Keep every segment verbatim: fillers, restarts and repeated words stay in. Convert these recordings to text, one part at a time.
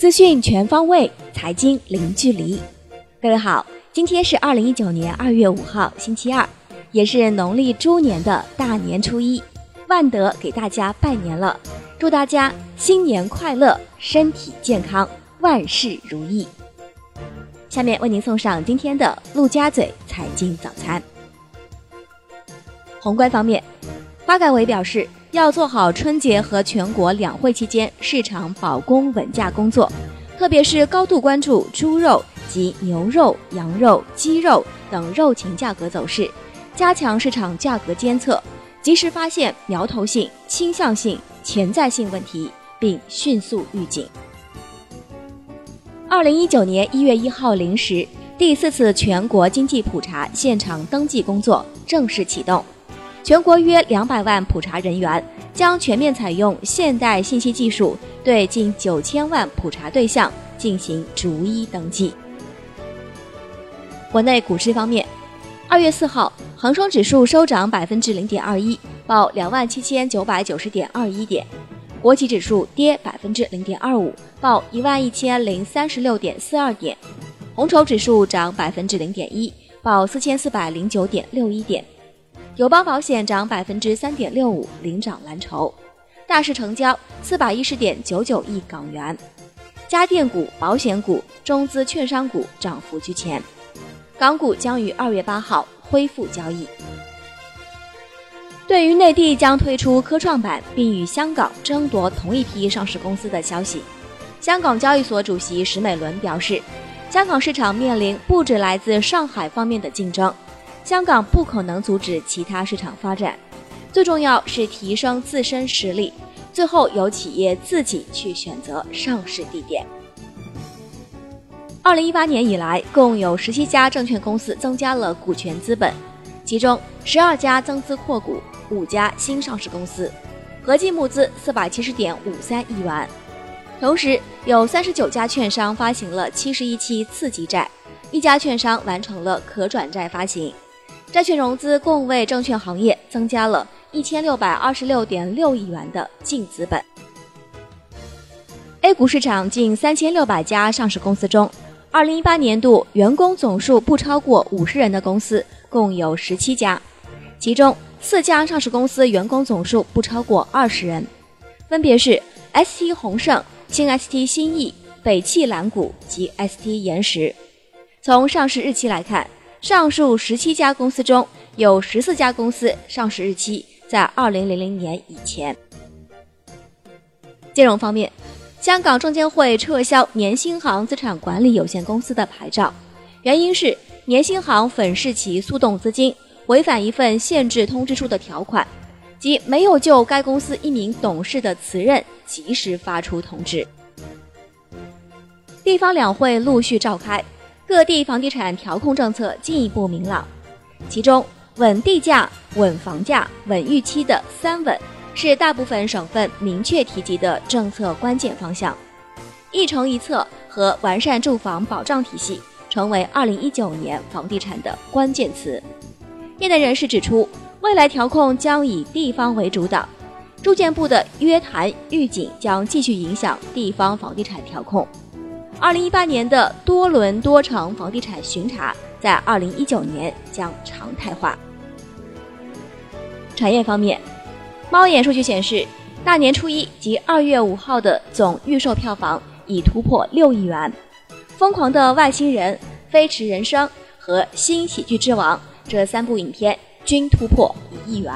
资讯全方位，财经零距离。各位好，今天是二零一九年二月五号，星期二，也是农历猪年的大年初一。万德给大家拜年了，祝大家新年快乐，身体健康，万事如意。下面为您送上今天的陆家嘴财经早餐。宏观方面，发改委表示，要做好春节和全国两会期间市场保供稳价工作，特别是高度关注猪肉及牛肉、羊肉、鸡肉等肉禽价格走势，加强市场价格监测，及时发现苗头性、倾向性、潜在性问题，并迅速预警。二零一九年一月一号零时，第四次全国经济普查现场登记工作正式启动。全国约两百万普查人员将全面采用现代信息技术，对近九千万普查对象进行逐一登记。国内股市方面，二月四号，恒生指数收涨百分之零点二一，报两万七千九百九十点二一点；国企指数跌百分之零点二五，报一万一千零三十六点四二点；红筹指数涨百分之零点一，报四千四百零九点六一点。友邦保险涨百分之三点六五，领涨蓝筹。大市成交四百一十点九九亿港元。家电股、保险股、中资券商股涨幅居前。港股将于二月八号恢复交易。对于内地将推出科创板并与香港争夺同一批上市公司的消息，香港交易所主席石美伦表示，香港市场面临不止来自上海方面的竞争，香港不可能阻止其他市场发展，最重要是提升自身实力，最后由企业自己去选择上市地点。二零一八年以来，共有十七家证券公司增加了股权资本，其中十二家增资扩股，五家新上市公司，合计募资四百七十点五三亿元。同时，有三十九家券商发行了七十一期次级债，一家券商完成了可转债发行。债券融资共为证券行业增加了一千六百二十六点六亿元的净资本。A 股市场近三千六百家上市公司中，二零一八年度员工总数不超过五十人的公司共有十七家，其中四家上市公司员工总数不超过二十人，分别是 S T 宏盛、新 S T 新意、北汽蓝谷及 S T 岩石。从上市日期来看，上述十七家公司中有十四家公司上市日期在二零零零年以前。金融方面，香港证监会撤销年兴行资产管理有限公司的牌照，原因是年兴行粉饰其速动资金，违反一份限制通知书的条款，即没有就该公司一名董事的辞任及时发出通知。地方两会陆续召开，各地房地产调控政策进一步明朗，其中稳地价、稳房价、稳预期的三稳是大部分省份明确提及的政策关键方向。一城一策和完善住房保障体系成为二零一九年房地产的关键词。业内人士指出，未来调控将以地方为主导，住建部的约谈预警将继续影响地方房地产调控。二零一八年的多轮多城房地产巡查在二零一九年将常态化。产业方面，猫眼数据显示，大年初一及二月五号的总预售票房已突破六亿元。疯狂的外星人、飞驰人生和新喜剧之王这三部影片均突破一亿元。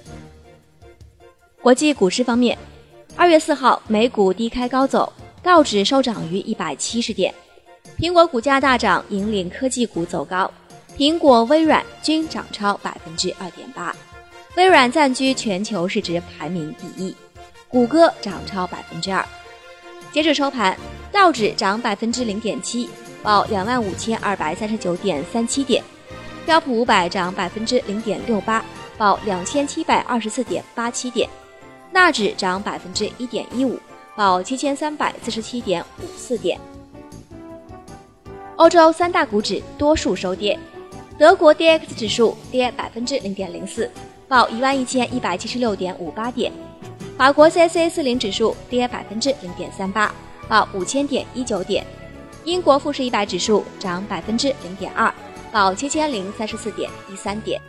国际股市方面，二月四号美股低开高走，道指收涨于一百七十点，苹果股价大涨，引领科技股走高，苹果、微软均涨超 百分之二点八， 微软暂居全球市值排名第一，谷歌涨超 百分之二。 截至收盘，道指涨 百分之零点七， 报 两万五千二百三十九点三七点，标普五百涨 百分之零点六八， 报 两千七百二十四点八七点，纳指涨 百分之一点一五，报七千三百四十七点五四点。欧洲三大股指多数收跌，德国 D X 指数跌 百分之零点零四， 报一万一千一百七十六点五八点。法国 C A C 四十指数跌 百分之零点三八， 报五千点一九点。英国富时一百指数涨百分之零点二，报七千零三十四点一三点。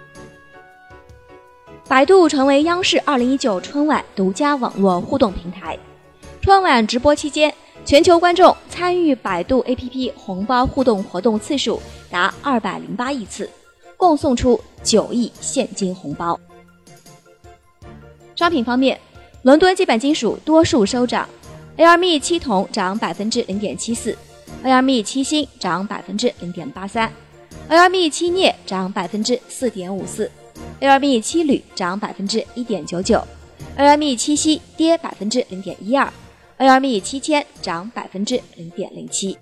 百度成为央视二零一九春晚独家网络互动平台。春晚直播期间，全球观众参与百度 A P P 红包互动活动次数达二百零八亿次，共送出九亿现金红包。商品方面，伦敦基本金属多数收涨 ，A R M 七铜涨百分之零点七四 ，A R M 七锌涨百分之零点八三 ，A R M 七镍涨百分之四点五四 ，A R M 七铝涨百分之一点九九 ，A R M 七锡跌百分之零点一二。A R M 七千涨百分之零点零七。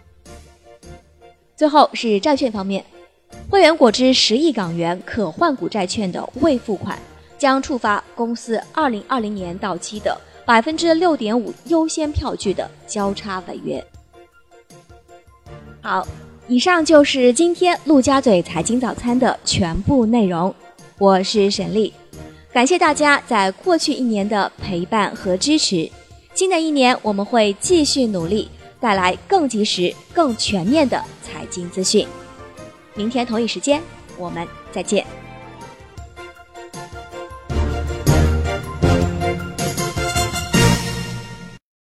最后是债券方面，汇源果汁十亿港元可换股债券的未付款将触发公司二零二零年到期的百分之六点五优先票据的交叉违约。好，以上就是今天陆家嘴财经早餐的全部内容，我是沈丽，感谢大家在过去一年的陪伴和支持。新的一年，我们会继续努力，带来更及时、更全面的财经资讯。明天同一时间，我们再见。